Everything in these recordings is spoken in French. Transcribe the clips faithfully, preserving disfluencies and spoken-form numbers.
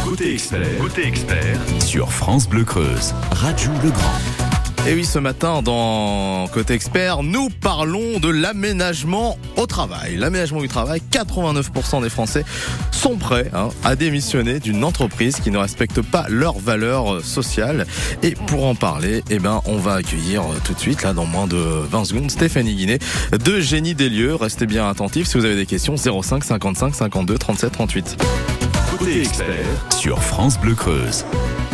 Côté expert, côté expert sur France Bleu Creuse, Radio Legrand. Et oui, ce matin, dans Côté Expert, nous parlons de l'aménagement au travail. L'aménagement du travail, quatre-vingt-neuf pour cent des Français sont prêts hein, à démissionner d'une entreprise qui ne respecte pas leurs valeurs sociales. Et pour en parler, eh ben, on va accueillir tout de suite, là, dans moins de vingt secondes, Stéphanie Guinet de Génie des lieux. Restez bien attentifs si vous avez des questions, zéro cinq cinquante-cinq cinquante-deux trente-sept trente-huit. Côté Expert sur France Bleu Creuse.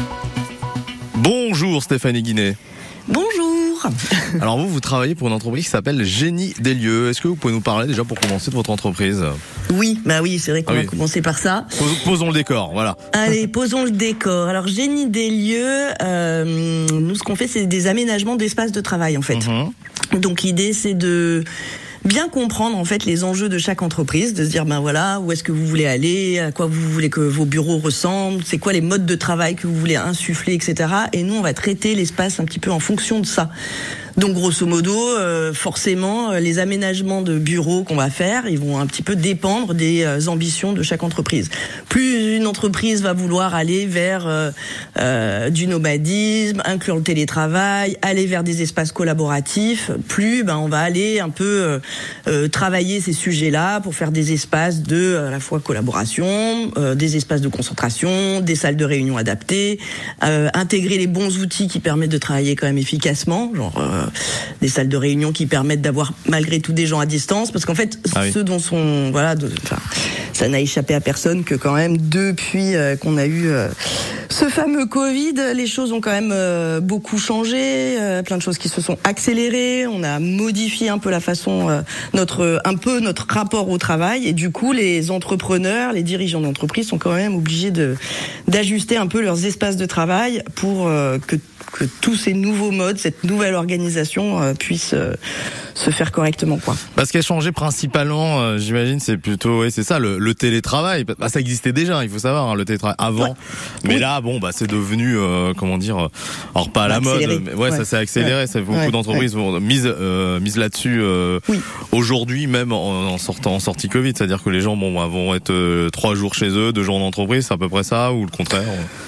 Bonjour Stéphanie Guinet. Bonjour. Alors vous, vous travaillez pour une entreprise qui s'appelle Génie des lieux. Est-ce que vous pouvez nous parler déjà pour commencer de votre entreprise ? Oui, bah oui, c'est vrai qu'on ah va oui. commencer par ça. Posons le décor, voilà. Allez, posons le décor. Alors Génie des lieux, euh, nous ce qu'on fait, c'est des aménagements d'espaces de travail en fait. Mm-hmm. Donc l'idée, c'est de bien comprendre en fait les enjeux de chaque entreprise, de se dire ben voilà, où est-ce que vous voulez aller, à quoi vous voulez que vos bureaux ressemblent, c'est quoi les modes de travail que vous voulez insuffler, et cetera. Et nous, on va traiter l'espace un petit peu en fonction de ça. Donc grosso modo, euh, forcément, les aménagements de bureaux qu'on va faire, ils vont un petit peu dépendre des euh, ambitions de chaque entreprise. Plus une entreprise va vouloir aller vers euh, euh, du nomadisme, inclure le télétravail, aller vers des espaces collaboratifs, plus ben on va aller un peu euh, euh, travailler ces sujets-là pour faire des espaces de à la fois collaboration, euh, des espaces de concentration, des salles de réunion adaptées, euh, intégrer les bons outils qui permettent de travailler quand même efficacement, genre euh, des salles de réunion qui permettent d'avoir malgré tout des gens à distance, parce qu'en fait ah oui. ceux dont sont voilà de, enfin, ça n'a échappé à personne que quand même depuis euh, qu'on a eu euh, ce fameux Covid, les choses ont quand même euh, beaucoup changé, euh, plein de choses qui se sont accélérées, on a modifié un peu la façon euh, notre un peu notre rapport au travail, et du coup les entrepreneurs, les dirigeants d'entreprise sont quand même obligés de d'ajuster un peu leurs espaces de travail pour euh, que que tous ces nouveaux modes, cette nouvelle organisation euh, puisse euh, se faire correctement, quoi. Bah, ce qui a changé principalement, euh, j'imagine, c'est plutôt, oui, c'est ça, le, le télétravail. Bah, ça existait déjà, il faut savoir, hein, le télétravail avant. Ouais. Mais oui. là, bon, bah, c'est devenu, euh, comment dire, alors pas à la accéléré. mode, mais ouais, ouais, ça s'est accéléré. Ouais. Ça, beaucoup ouais. d'entreprises ouais. vont mise, euh, mise là-dessus. Euh, oui. Aujourd'hui, même en, en sortant, en sortie Covid, c'est-à-dire que les gens, bon, bah, vont être euh, trois jours chez eux, deux jours en entreprise, c'est à peu près ça, ou le contraire.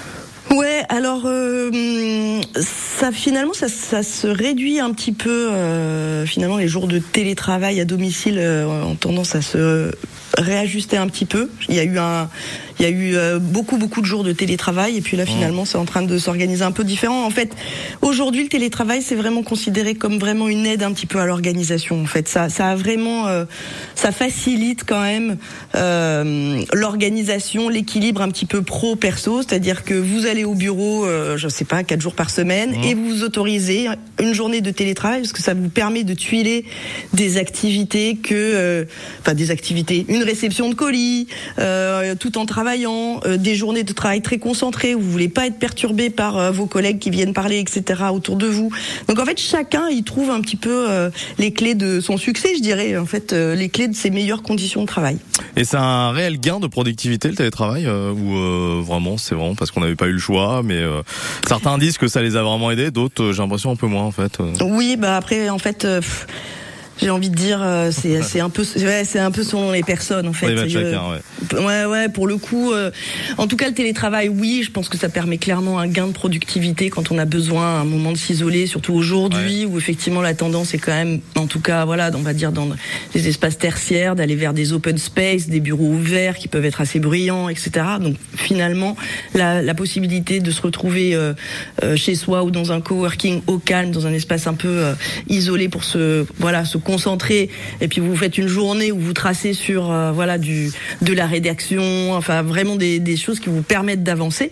Ouais, alors euh, ça finalement ça, ça se réduit un petit peu. Euh, finalement, les jours de télétravail à domicile euh, ont tendance à se réajuster un petit peu. Il y a eu un, il y a eu euh, beaucoup beaucoup de jours de télétravail, et puis là finalement c'est en train de s'organiser un peu différent. En fait, aujourd'hui le télétravail c'est vraiment considéré comme vraiment une aide un petit peu à l'organisation. En fait, ça, ça a vraiment, euh, ça facilite quand même euh, l'organisation, l'équilibre un petit peu pro perso, c'est-à-dire que vous allez au bureau, euh, je sais pas, quatre jours par semaine, mmh. et vous vous autorisez une journée de télétravail parce que ça vous permet de tuiler des activités que, euh, enfin des activités, une réception de colis, euh, tout en travaillant, euh, des journées de travail très concentrées où vous voulez pas être perturbé par euh, vos collègues qui viennent parler, et cetera autour de vous. Donc en fait, chacun il trouve un petit peu euh, les clés de son succès, je dirais, en fait, euh, les clés de ses meilleures conditions de travail. Et c'est un réel gain de productivité le télétravail, euh, ou euh, vraiment c'est vraiment parce qu'on n'avait pas eu le choix, mais euh, certains disent que ça les a vraiment aidés, d'autres euh, j'ai l'impression un peu moins en fait. Euh. Oui, bah après en fait. Euh, pff, J'ai envie de dire, euh, c'est c'est un peu, ouais, c'est un peu selon les personnes en fait. Oui, bah, chacun, je, ouais. ouais, ouais, pour le coup, euh, en tout cas le télétravail, oui, je pense que ça permet clairement un gain de productivité quand on a besoin à un moment de s'isoler, surtout aujourd'hui ouais. où effectivement la tendance est quand même, en tout cas, voilà, on va dire dans les espaces tertiaires, d'aller vers des open space, des bureaux ouverts qui peuvent être assez bruyants, et cetera. Donc finalement, la, la possibilité de se retrouver euh, euh, chez soi ou dans un coworking au calme, dans un espace un peu euh, isolé pour se, voilà, se concentrer, et puis vous faites une journée où vous tracez sur euh, voilà du de la rédaction, enfin vraiment des des choses qui vous permettent d'avancer.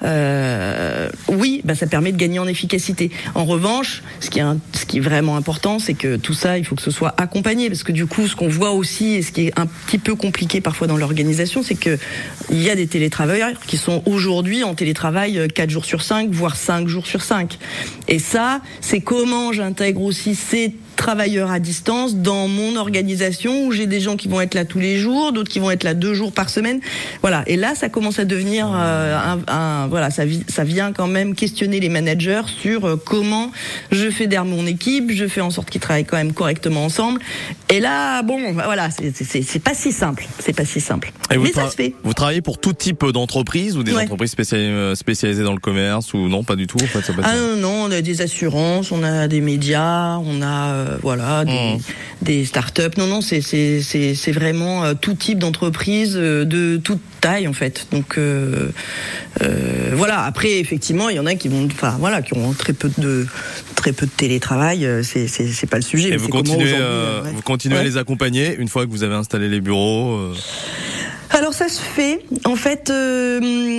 Euh, oui, bah ça permet de gagner en efficacité. En revanche, ce qui est un, ce qui est vraiment important, c'est que tout ça, il faut que ce soit accompagné, parce que du coup, ce qu'on voit aussi et ce qui est un petit peu compliqué parfois dans l'organisation, c'est que il y a des télétravailleurs qui sont aujourd'hui en télétravail quatre jours sur cinq, voire cinq jours sur cinq. Et ça, c'est comment j'intègre aussi ces travailleurs à distance dans mon organisation où j'ai des gens qui vont être là tous les jours, d'autres qui vont être là deux jours par semaine. Voilà. Et là, ça commence à devenir euh, un, un, voilà, ça, ça vient quand même questionner les managers sur euh, comment je fédère mon équipe, je fais en sorte qu'ils travaillent quand même correctement ensemble. Et là, bon, voilà, c'est, c'est, c'est pas si simple. C'est pas si simple. Et Mais tra- ça se fait. Vous travaillez pour tout type d'entreprise ou des Ouais. entreprises spécialisées, spécialisées dans le commerce ou non, pas du tout en fait, ça peut être Ah ça. non, non, on a des assurances, on a des médias, on a euh, voilà des, Mmh. des startups. Non, non, c'est c'est c'est c'est vraiment euh, tout type d'entreprise, euh, de toute taille en fait. Donc euh, euh, voilà. Après, effectivement, il y en a qui vont, enfin voilà, qui ont très peu de très peu de télétravail. euh, C'est c'est c'est pas le sujet. Et mais vous c'est comment continuez, aujourd'hui, euh, euh, ouais. vous continuez à Ouais. les accompagner une fois que vous avez installé les bureaux. Euh... Alors ça se fait. En fait, euh,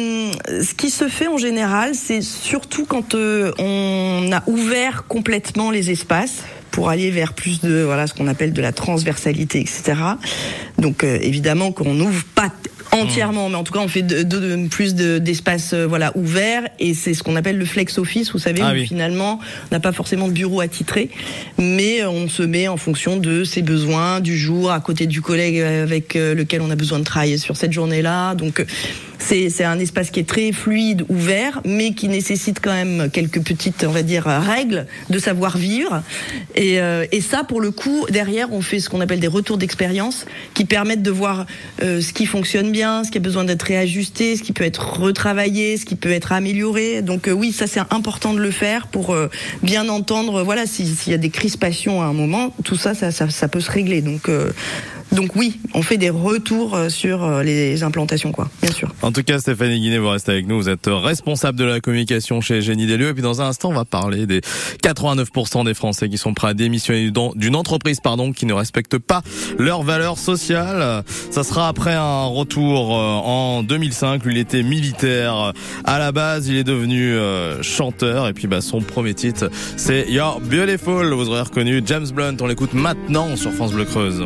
ce qui se fait en général, c'est surtout quand euh, on a ouvert complètement les espaces pour aller vers plus de voilà ce qu'on appelle de la transversalité, et cetera. Donc euh, évidemment qu'on n'ouvre pas entièrement, mais en tout cas on fait de, de, de- plus de, d'espaces euh, voilà ouverts, et c'est ce qu'on appelle le flex office. Vous savez, Ah où oui. finalement on n'a pas forcément de bureau attitré, mais on se met en fonction de ses besoins du jour, à côté du collègue avec euh, lequel on a besoin de travailler sur cette journée-là. Donc euh, c'est c'est un espace qui est très fluide, ouvert, mais qui nécessite quand même quelques petites, on va dire, règles de savoir-vivre. Et, euh, et ça, pour le coup, derrière, on fait ce qu'on appelle des retours d'expérience qui permettent de voir euh, ce qui fonctionne bien, ce qui a besoin d'être réajusté, ce qui peut être retravaillé, ce qui peut être amélioré. Donc euh, oui, ça c'est important de le faire pour euh, bien entendre. Voilà, si- s'il y a des crispations à un moment, tout ça, ça, ça, ça peut se régler. Donc euh, donc oui, on fait des retours euh, sur euh, les implantations, quoi, bien sûr. En tout cas, Stéphanie Guinet, vous restez avec nous. Vous êtes responsable de la communication chez Génie des lieux. Et puis dans un instant, on va parler des quatre-vingt-neuf pour cent des Français qui sont prêts à démissionner d'une entreprise, pardon, qui ne respecte pas leurs valeurs sociales. Ça sera après un retour euh, en deux mille cinq. Lui, il était militaire à la base. Il est devenu euh, chanteur. Et puis, bah, son premier titre, c'est You're Beautiful. Vous aurez reconnu James Blunt. On l'écoute maintenant sur France Bleu Creuse.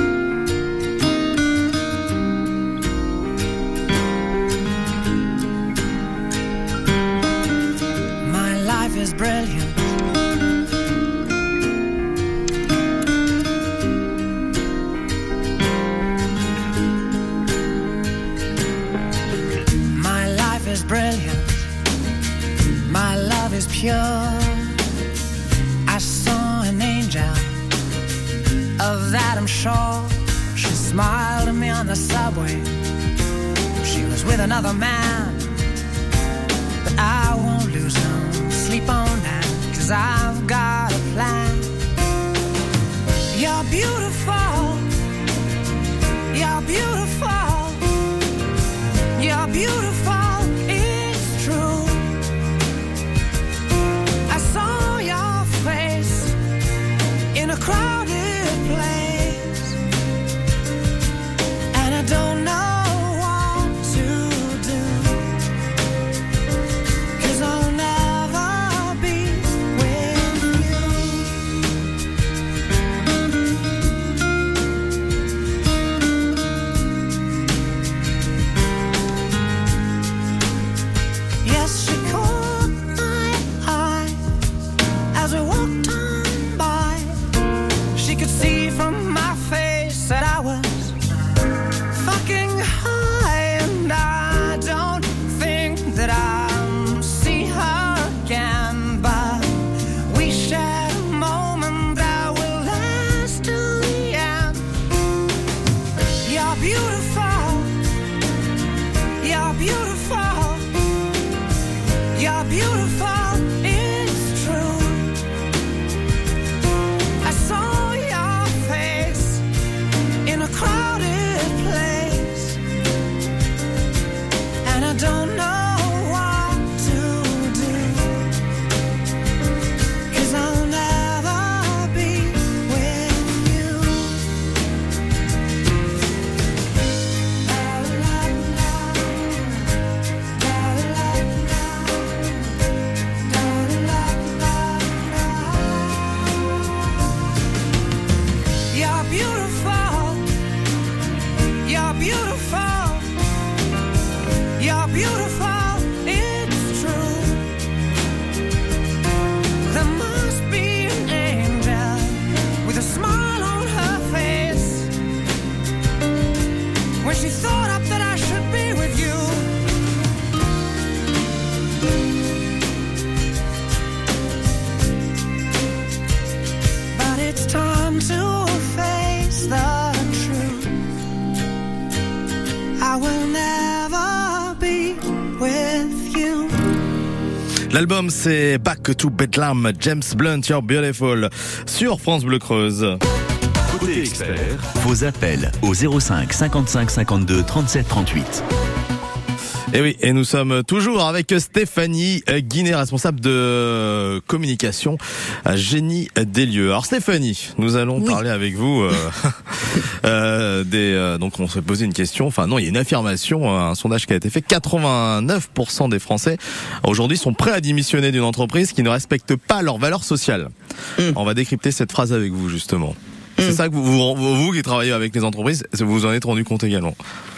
My life is brilliant. My life is brilliant. My love is pure. I saw an angel, of that I'm sure. She smiled at me on the subway. She was with another man, but I won't lose no sleep on that, 'cause I've got a plan. You're beautiful. You're beautiful. You're beautiful. It's true. I saw your face in a crowded place, and I don't know what to do, 'cause I'll never be with you. Yes, she caught my eye as we walked on by. She could see from my face that I was fucking high, and I don't think that I'll see her again, but we shared a moment that will last till the end. You're beautiful. You're beautiful. You're beautiful. It's true. I saw your face in a crowded place, and I don't know what to do, 'cause I'll never be with you. La, la, la. La, la, la. La, la, la, la. You're beautiful. You're beautiful. You're beautiful. It's true. There must be an angel L'album c'est Back to Bedlam, James Blunt, You're Beautiful, sur France Bleu Creuse. Côté expert, vos appels au zéro cinq cinquante-cinq cinquante-deux trente-sept trente-huit. Et oui, et nous sommes toujours avec Stéphanie Guinet, responsable de communication à Génie des lieux. Alors Stéphanie, nous allons oui. parler avec vous euh, euh, des. Euh, donc on s'est posé une question. Enfin non, il y a une affirmation, un sondage qui a été fait. quatre-vingt-neuf pour cent des Français aujourd'hui sont prêts à démissionner d'une entreprise qui ne respecte pas leurs valeurs sociales. Mm. On va décrypter cette phrase avec vous justement. Mm. C'est ça que vous, vous, vous qui travaillez avec les entreprises, vous vous en êtes rendu compte également.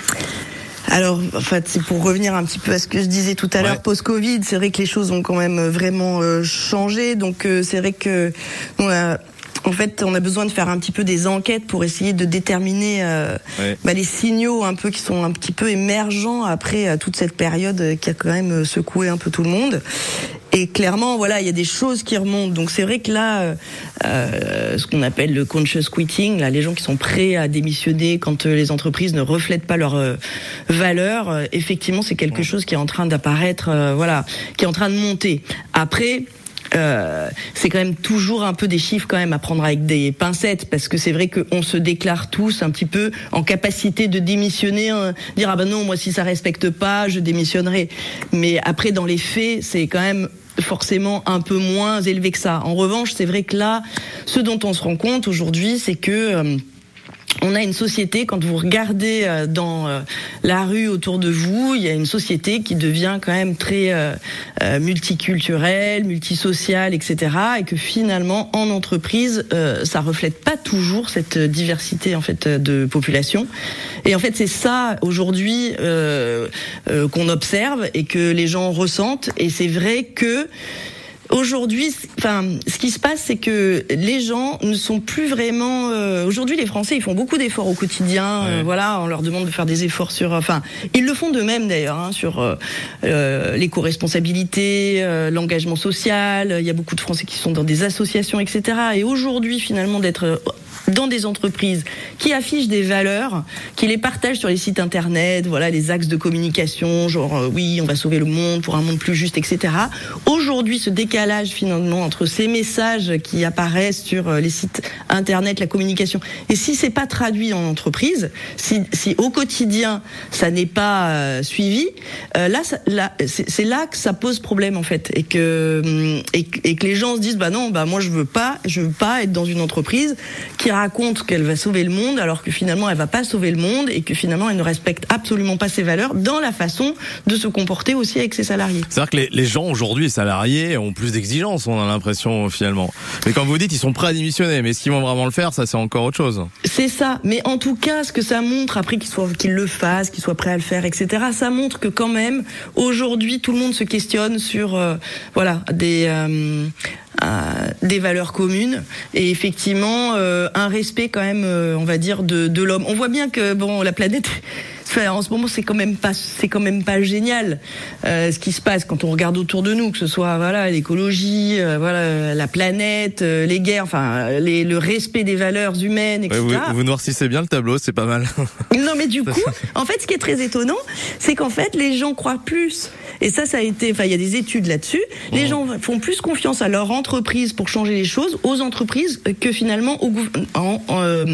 Alors, en fait, c'est pour revenir un petit peu à ce que je disais tout à l'heure, ouais. post-Covid, c'est vrai que les choses ont quand même vraiment euh, changé. Donc, euh, c'est vrai que on a, en fait, on a besoin de faire un petit peu des enquêtes pour essayer de déterminer euh, ouais. bah, les signaux un peu qui sont un petit peu émergents après euh, toute cette période qui a quand même secoué un peu tout le monde. Et clairement, voilà, il y a des choses qui remontent. Donc c'est vrai que là, euh, ce qu'on appelle le conscious quitting, là, les gens qui sont prêts à démissionner quand euh, les entreprises ne reflètent pas leurs euh, valeurs, euh, effectivement, c'est quelque chose qui est en train d'apparaître, euh, voilà, qui est en train de monter. Après. Euh, c'est quand même toujours un peu des chiffres quand même à prendre avec des pincettes, parce que c'est vrai qu'on se déclare tous un petit peu en capacité de démissionner, hein, dire ah ben non, moi si ça respecte pas, je démissionnerai. Mais après dans les faits, c'est quand même forcément un peu moins élevé que ça. En revanche, c'est vrai que là, ce dont on se rend compte aujourd'hui, c'est que euh, on a une société, quand vous regardez dans la rue autour de vous, il y a une société qui devient quand même très euh, multiculturelle, multisociale, et cetera. Et que finalement, en entreprise, euh, ça reflète pas toujours cette diversité en fait de population. Et en fait, c'est ça aujourd'hui euh, euh, qu'on observe et que les gens ressentent. Et c'est vrai que aujourd'hui, enfin, ce qui se passe, c'est que les gens ne sont plus vraiment. Euh, aujourd'hui, les Français, ils font beaucoup d'efforts au quotidien. Ouais. Euh, voilà, on leur demande de faire des efforts sur. Enfin, ils le font d'eux-mêmes d'ailleurs, hein, sur euh, euh, l'éco-responsabilité, euh, l'engagement social. Il y a beaucoup de Français qui sont dans des associations, et cetera. Et aujourd'hui, finalement, d'être dans des entreprises qui affichent des valeurs, qui les partagent sur les sites internet, voilà, les axes de communication, genre euh, oui, on va sauver le monde pour un monde plus juste, et cetera. Aujourd'hui, ce décalage finalement entre ces messages qui apparaissent sur euh, les sites internet, la communication, et si c'est pas traduit en entreprise, si, si au quotidien ça n'est pas euh, suivi, euh, là, ça, là c'est, c'est là que ça pose problème en fait, et que et, et que les gens se disent bah non, bah moi je veux pas, je veux pas être dans une entreprise qui raconte qu'elle va sauver le monde alors que finalement elle va pas sauver le monde et que finalement elle ne respecte absolument pas ses valeurs dans la façon de se comporter aussi avec ses salariés. C'est-à-dire que les, les gens aujourd'hui, les salariés, ont plus d'exigences, on a l'impression finalement. Mais quand vous dites ils sont prêts à démissionner, mais est-ce qu'ils vont vraiment le faire, ça c'est encore autre chose. C'est ça, mais en tout cas ce que ça montre, après qu'ils soient, qu'ils le fassent, qu'ils soient prêts à le faire, et cetera, ça montre que quand même aujourd'hui tout le monde se questionne sur euh, voilà des euh, Euh, des valeurs communes et effectivement euh, un respect quand même euh, on va dire de, de l'homme. On voit bien que bon la planète enfin, en ce moment c'est quand même pas c'est quand même pas génial euh, ce qui se passe quand on regarde autour de nous, que ce soit voilà l'écologie, euh, voilà la planète, euh, les guerres, enfin les, le respect des valeurs humaines, et cetera. Ouais, vous, vous noircissez bien le tableau, c'est pas mal. Non mais du coup, en fait ce qui est très étonnant, c'est qu'en fait les gens croient plus. Et ça, ça a été, enfin, il y a des études là-dessus. Mmh. Les gens font plus confiance à leur entreprise pour changer les choses, aux entreprises, que finalement au gouvernement. Euh,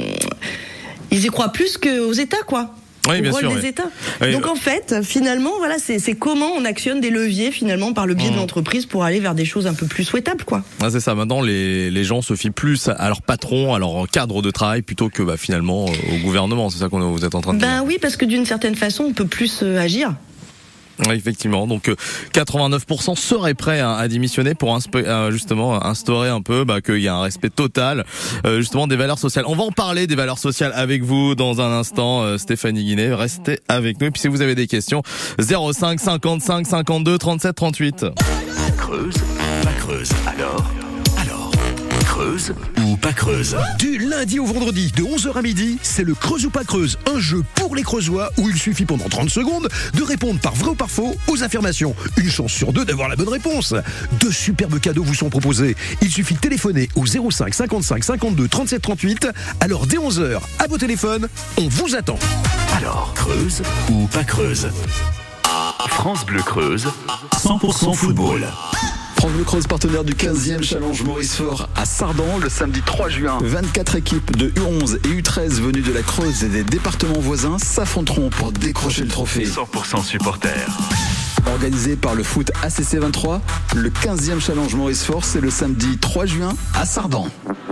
ils y croient plus qu'aux États, quoi. Oui, au bien rôle sûr, des oui. États. Oui, Donc oui. en fait, finalement, voilà, c'est, c'est comment on actionne des leviers finalement par le biais mmh. de l'entreprise pour aller vers des choses un peu plus souhaitables, quoi. Ah, c'est ça. Maintenant, les les gens se fient plus à leur patron, à leur cadre de travail, plutôt que bah, finalement au gouvernement. C'est ça qu'on vous êtes en train de ben dire. Ben oui, parce que d'une certaine façon, on peut plus euh, agir. Oui, effectivement. Donc euh, quatre-vingt-neuf pour cent seraient prêts à, à démissionner pour inspe- euh, justement instaurer un peu bah, qu'il y a un respect total euh, justement des valeurs sociales. On va en parler des valeurs sociales avec vous dans un instant, euh, Stéphanie Guinet. Restez avec nous. Et puis si vous avez des questions, zéro cinq cinquante-cinq cinquante-deux trente-sept trente-huit. Creuse, pas Creuse. Alors, alors, Creuse ou pas Creuse? Du lundi au vendredi, de onze heures à midi, c'est le Creuse ou pas Creuse, un jeu pour les Creusois où il suffit pendant trente secondes de répondre par vrai ou par faux aux affirmations. Une chance sur deux d'avoir la bonne réponse. Deux superbes cadeaux vous sont proposés. Il suffit de téléphoner au zéro cinq cinquante-cinq cinquante-deux trente-sept trente-huit. Alors dès onze heures, à vos téléphones, on vous attend. Alors, Creuse ou pas Creuse? France Bleu Creuse, cent pour cent football. France Bleu Creuse, partenaire du quinzième Challenge Maurice Faure à Sardan, le samedi trois juin. vingt-quatre équipes de U onze et U treize venues de la Creuse et des départements voisins s'affronteront pour décrocher le trophée. cent pour cent supporters. Organisé par le foot A C C vingt-trois, le quinzième Challenge Maurice Faure, c'est le samedi trois juin à Sardan.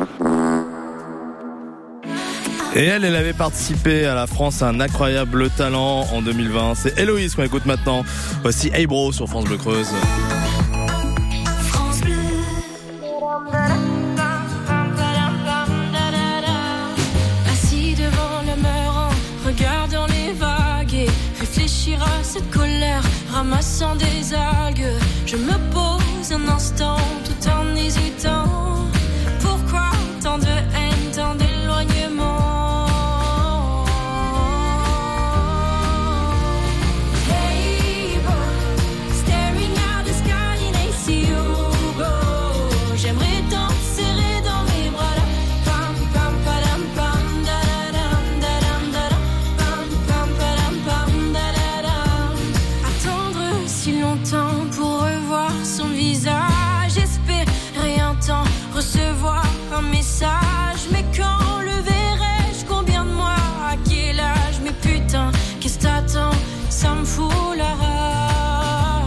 Et elle, elle avait participé à la France à un incroyable talent en deux mille vingt. C'est Héloïse qu'on écoute maintenant. Voici Hey Bro sur France Bleu Creuse. Assis devant le mur en regardant les vagues et réfléchir à cette colère, ramassant des algues. Je me pose un instant tout en hésitant. Pourquoi tant de haine, tant d'éloignement? Recevoir un message, mais quand le verrai-je? Combien de mois? À quel âge? Mais putain, qu'est-ce t'attends? Ça me fout la rage.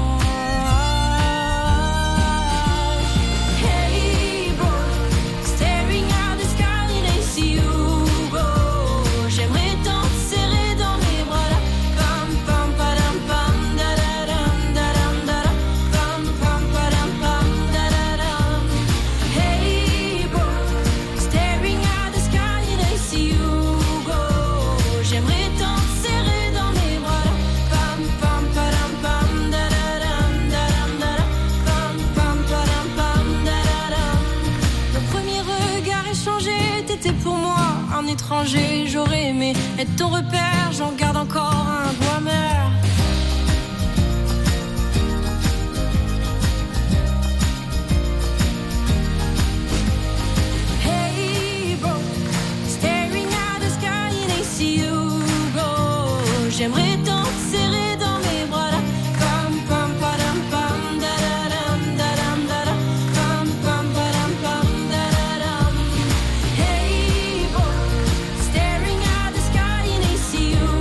Hey bro, staring at the sky and I see you go. J'aimerais tant te serrer dans mes bras là. Pam pam padam pam da da dam da dam da da. Pam pam padam pam da da dam. Hey bro, staring at the sky and I see you go. J'aimerais tant te serrer dans mes bras là. Pam pam padam pam da da dam da dam da da. Pam pam padam pam da da dam. Nos premiers regards échangés, t'étais pour moi un étranger. J'aurais aimé être ton repère, j'en garde encore un goût amer. Hey bro, staring at the sky and I see you go. J'aimerais tant te serrer dans mes bras là. Pam pam padam pam da da dam da dam da da. Pam pam padam pam da da dam. Hey bro, staring at the sky and I see you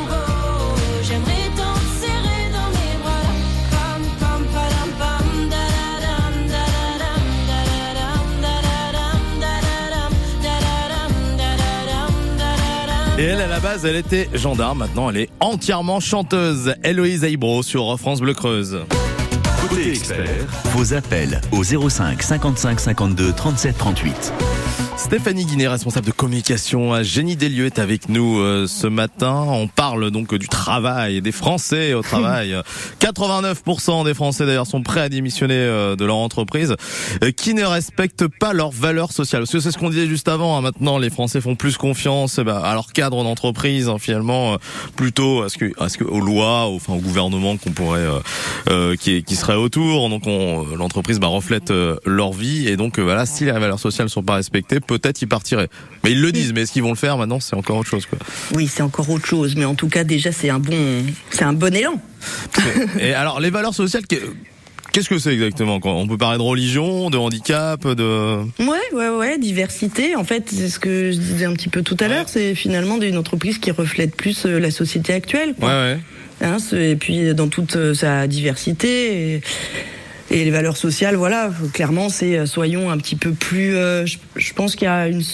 go. J'aimerais tant te serrer dans mes bras là. Pam pam padam pam da da dam da da dam da da dam da da dam da da dam da da dam da da dam da da dam. Et elle, à la base, elle était gendarme. Maintenant, elle est entièrement chanteuse. Héloïse Aybro sur France Bleu Creuse. Côté expert, vos appels au zéro cinq cinquante-cinq cinquante-deux trente-sept trente-huit. Stéphanie Guinet, responsable de communication à Génie des Lieux, est avec nous euh, ce matin. On parle donc du travail, des Français au travail. quatre-vingt-neuf pour cent des Français d'ailleurs sont prêts à démissionner euh, de leur entreprise euh, qui ne respectent pas leurs valeurs sociales. Parce que c'est ce qu'on disait juste avant. Hein. Maintenant, les Français font plus confiance eh ben, à leur cadre d'entreprise, hein, finalement, euh, plutôt à ce que, à ce que aux lois, au, enfin au gouvernement qu'on pourrait, euh, euh, qui, qui serait autour. Donc, on, l'entreprise bah, reflète euh, leur vie et donc euh, voilà, si les valeurs sociales ne sont pas respectées, peut-être ils partiraient. Mais ils le disent, mais est-ce qu'ils vont le faire maintenant? C'est encore autre chose, quoi. Oui, c'est encore autre chose, mais en tout cas déjà c'est un bon, c'est un bon élan. Et alors les valeurs sociales, qu'est-ce que c'est exactement? On peut parler de religion, de handicap, de... Ouais, ouais, ouais, diversité. En fait, c'est ce que je disais un petit peu tout à l'heure, c'est finalement une entreprise qui reflète plus la société actuelle, quoi. Ouais, ouais. Hein, et puis dans toute sa diversité. Et... Et les valeurs sociales, voilà, clairement, c'est soyons un petit peu plus. Euh, je, je pense qu'il y a une.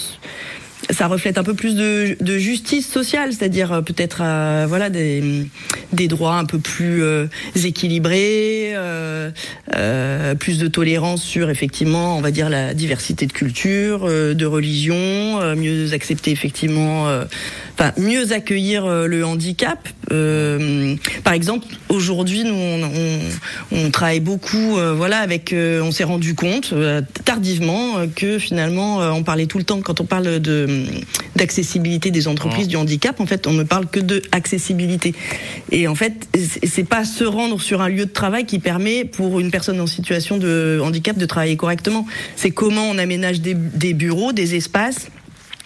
Ça reflète un peu plus de, de justice sociale, c'est-à-dire peut-être euh, voilà des, des droits un peu plus euh, équilibrés, euh, euh, plus de tolérance sur effectivement, on va dire la diversité de culture, euh, de religion, euh, mieux accepter effectivement, euh, enfin mieux accueillir euh, le handicap. Euh, par exemple, aujourd'hui, nous on, on, on travaille beaucoup, euh, voilà, avec, euh, on s'est rendu compte euh, tardivement euh, que finalement, euh, on parlait tout le temps quand on parle de d'accessibilité des entreprises, mmh. du handicap, en fait, on ne parle que de accessibilité. Et en fait, c'est pas se rendre sur un lieu de travail qui permet pour une personne en situation de handicap de travailler correctement. C'est comment on aménage des, des bureaux, des espaces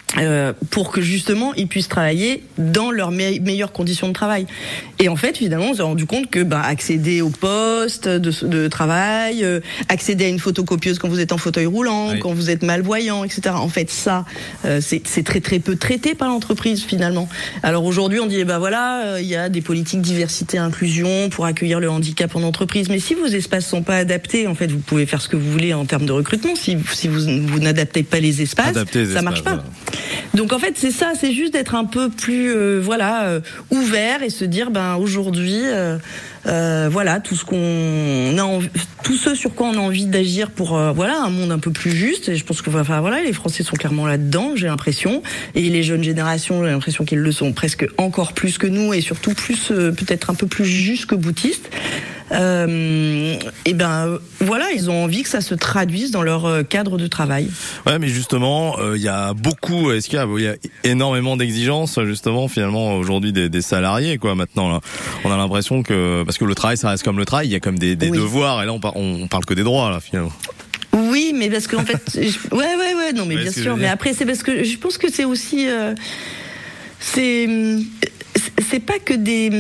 Euh, pour que justement ils puissent travailler dans leurs me- meilleures conditions de travail. Et en fait, finalement, on s'est rendu compte que bah, accéder au poste de, de travail, euh, accéder à une photocopieuse quand vous êtes en fauteuil roulant, Oui. quand vous êtes malvoyant, et cetera. En fait, ça, euh, c'est, c'est très très peu traité par l'entreprise finalement. Alors aujourd'hui, on dit, eh ben voilà, il euh, y a des politiques diversité, inclusion pour accueillir le handicap en entreprise. Mais si vos espaces sont pas adaptés, en fait, vous pouvez faire ce que vous voulez en termes de recrutement. Si, si vous, vous n'adaptez pas les espaces, Adapter les ça espaces, marche pas. voilà. Donc en fait c'est ça, c'est juste d'être un peu plus euh, voilà euh, ouvert et se dire ben aujourd'hui euh, euh, voilà tout ce qu'on a envie, tout ce sur quoi on a envie d'agir pour euh, voilà un monde un peu plus juste. Et je pense que enfin voilà les Français sont clairement là-dedans, j'ai l'impression, et les jeunes générations j'ai l'impression qu'ils le sont presque encore plus que nous et surtout plus euh, peut-être un peu plus jusque boutistes. Euh, et ben voilà, ils ont envie que ça se traduise dans leur euh, cadre de travail. Ouais, mais justement, il euh, y a beaucoup, est-ce qu'il y a, il y a énormément d'exigences justement finalement aujourd'hui des, des salariés quoi maintenant là. On a l'impression que parce que le travail ça reste comme le travail, il y a comme des, des Oui. devoirs et là on, par, on, on parle que des droits là finalement. Oui, mais parce qu'en fait, je- ouais, ouais, ouais, non, mais Ouais, bien ce que je sûr. veux Mais dire. après, c'est parce que je pense que c'est aussi, euh, c'est, c'est pas que des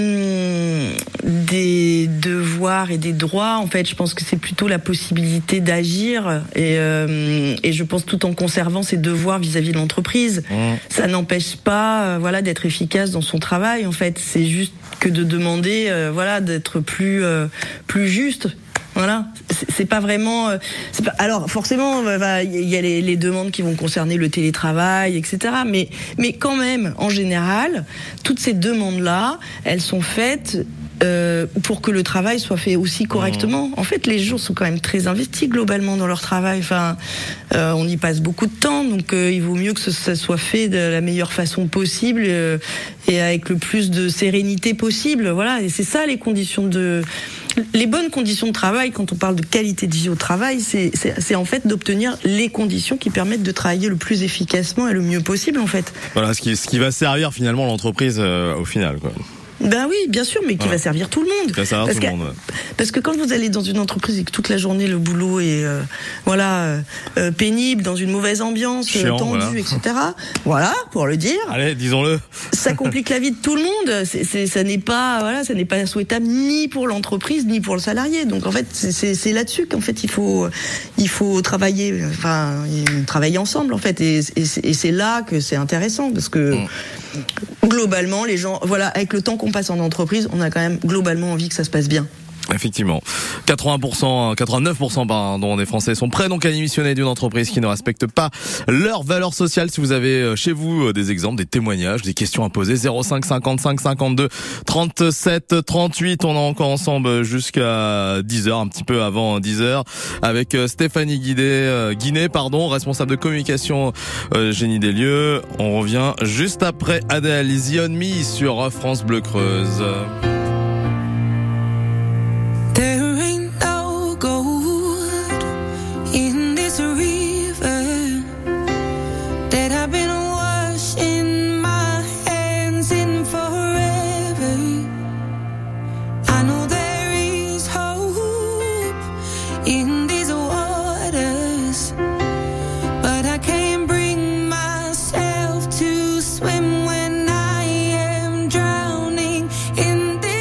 des devoirs et des droits. En fait, je pense que c'est plutôt la possibilité d'agir et euh, et je pense tout en conservant ses devoirs vis-à-vis de l'entreprise. Mmh. Ça n'empêche pas, euh, voilà, d'être efficace dans son travail. En fait, c'est juste que de demander, euh, voilà, d'être plus euh, plus juste. Voilà, c'est c'est pas vraiment. euh, c'est pas, alors forcément, euh, bah, il y a les, les demandes qui vont concerner le télétravail, et cetera. Mais mais quand même, en général, toutes ces demandes-là, elles sont faites. Euh, pour que le travail soit fait aussi correctement. En fait, les gens sont quand même très investis globalement dans leur travail. Enfin, euh, on y passe beaucoup de temps, donc euh, il vaut mieux que ce, ça soit fait de la meilleure façon possible euh, et avec le plus de sérénité possible. Voilà, et c'est ça les conditions de, les bonnes conditions de travail. Quand on parle de qualité de vie au travail, c'est, c'est, c'est en fait d'obtenir les conditions qui permettent de travailler le plus efficacement et le mieux possible, en fait. Voilà ce qui ce qui va servir finalement l'entreprise euh, au final quoi. Ben oui, bien sûr, mais qui Voilà. va servir tout le monde. Qui va servir parce, tout le que, monde, ouais. parce que quand vous allez dans une entreprise et que toute la journée le boulot est euh, voilà euh, euh, pénible, dans une mauvaise ambiance, Chiant, euh, tendue, voilà. et cetera. Voilà, pour le dire. Allez, disons-le. Ça complique la vie de tout le monde. C'est, c'est, ça n'est pas, voilà, ça n'est pas souhaitable ni pour l'entreprise ni pour le salarié. Donc en fait, c'est, c'est, c'est là-dessus qu'en fait il faut, il faut travailler, enfin, travailler ensemble en fait. Et, et, et c'est là que c'est intéressant parce que Mm. globalement, les gens, voilà, avec le temps qu'on passe en entreprise, on a quand même globalement envie que ça se passe bien. Effectivement. quatre-vingts pour cent, quatre-vingt-neuf pour cent pardon, des Français sont prêts donc à démissionner d'une entreprise qui ne respecte pas leurs valeurs sociales. Si vous avez chez vous des exemples, des témoignages, des questions à poser, zéro cinq cinquante-cinq cinquante-deux trente-sept trente-huit. On est encore ensemble jusqu'à dix heures, un petit peu avant dix heures, avec Stéphanie Guidet, Guinet, pardon, responsable de communication euh, Génie des lieux. On revient juste après Adèle, Easy on Me sur France Bleu Creuse. There ain't no gold in this river that I've been washing my hands in forever. I know there is hope in these waters, but I can't bring myself to swim when I am drowning in this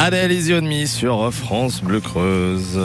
Adèle Easy on Me sur France Bleu Creuse.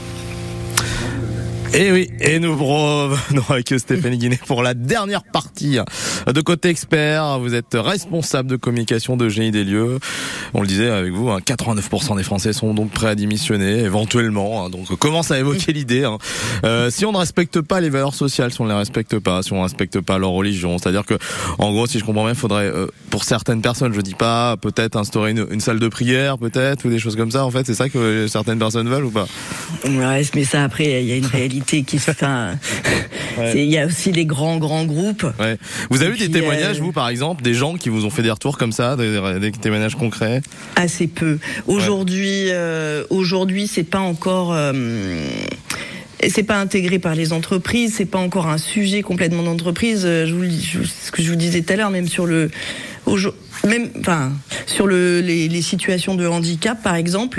Et oui, et nous revenons avec Stéphanie Guinet pour la dernière partie de Côté Expert. Vous êtes responsable de communication de Génie des lieux. On le disait avec vous, hein, quatre-vingt-neuf pour cent des Français sont donc prêts à démissionner, éventuellement. Hein, donc commence à évoquer l'idée. Hein. Euh, si on ne respecte pas les valeurs sociales, si on ne les respecte pas, si on ne respecte pas leur religion, c'est-à-dire que, en gros, si je comprends bien, il faudrait, euh, pour certaines personnes, je dis pas, peut-être instaurer une, une salle de prière, peut-être, ou des choses comme ça. En fait, c'est ça que certaines personnes veulent ou pas? Ouais, mais ça après, il y a une réalité qui se fait. Ouais. Il y a aussi les grands grands groupes. Ouais. Vous avez eu des témoignages, euh... vous, par exemple, des gens qui vous ont fait des retours comme ça, des, des témoignages concrets? Assez peu. Aujourd'hui, ouais. euh, aujourd'hui, c'est pas encore. Euh... Et c'est pas intégré par les entreprises, c'est pas encore un sujet complètement d'entreprise. Je vous, je, ce que je vous disais tout à l'heure, même sur le, même, enfin, sur le, les, les situations de handicap, par exemple,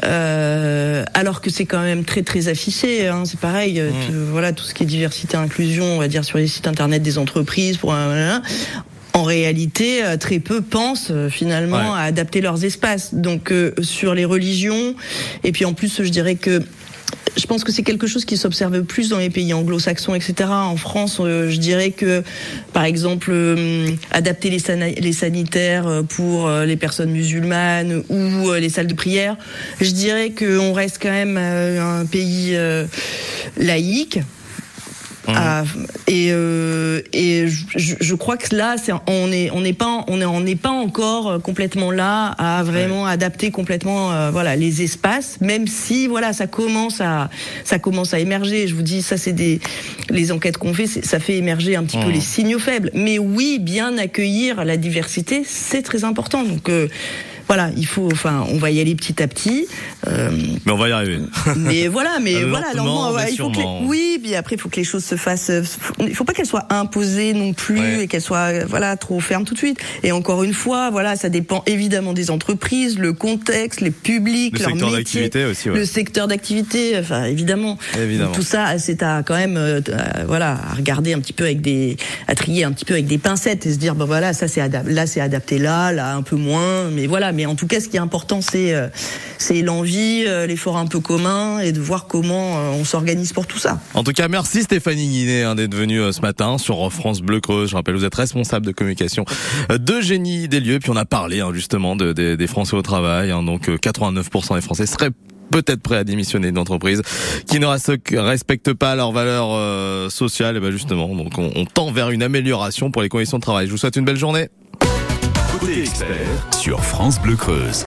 euh, alors que c'est quand même très très affiché. Hein, c'est pareil, mmh. t- voilà, tout ce qui est diversité, inclusion, on va dire sur les sites internet des entreprises, pour un. En réalité, très peu pensent finalement ouais. à adapter leurs espaces. Donc euh, sur les religions, et puis en plus, je dirais que je pense que c'est quelque chose qui s'observe plus dans les pays anglo-saxons, et cetera. En France, euh, je dirais que, par exemple, euh, adapter les, san- les sanitaires pour euh, les personnes musulmanes ou euh, les salles de prière, je dirais qu'on reste quand même euh, un pays euh, laïque. Mmh. Ah, et euh, et je, je crois que là, c'est, on est on n'est pas on est on n'est pas encore complètement là à vraiment ouais. adapter complètement euh, voilà les espaces, même si voilà ça commence à ça commence à émerger. Je vous dis ça, c'est des les enquêtes qu'on fait, c'est, ça fait émerger un petit mmh. peu les signaux faibles. Mais oui, bien accueillir la diversité, c'est très important. Donc euh, voilà, il faut, enfin, on va y aller petit à petit. Euh, mais on va y arriver. Mais voilà, mais voilà. Alors bon, mais il faut que les, oui, puis après, il faut que les choses se fassent. Il faut pas qu'elles soient imposées non plus ouais. et qu'elles soient, voilà, trop fermes tout de suite. Et encore une fois, voilà, ça dépend évidemment des entreprises, le contexte, les publics, le leur secteur métier, d'activité aussi, ouais. le secteur d'activité. Enfin, évidemment. évidemment. Donc, tout ça, c'est à quand même, euh, voilà, à regarder un petit peu avec des, à trier un petit peu avec des pincettes et se dire, ben voilà, ça c'est adapté, là c'est adapté là, là un peu moins, mais voilà. Mais en tout cas, ce qui est important, c'est euh, c'est l'envie, euh, l'effort un peu commun et de voir comment euh, on s'organise pour tout ça. En tout cas, merci Stéphanie Guinet hein, d'être venue euh, ce matin sur France Bleu Creuse. Je rappelle, vous êtes responsable de communication euh, de Génie des lieux. Puis on a parlé hein, justement de, de, des Français au travail. Hein, donc euh, quatre-vingt-neuf pour cent des Français seraient peut-être prêts à démissionner d'entreprises qui ne respectent pas leurs valeurs euh, sociales. Et ben justement, donc on, on tend vers une amélioration pour les conditions de travail. Je vous souhaite une belle journée. Côté expert sur France Bleu Creuse.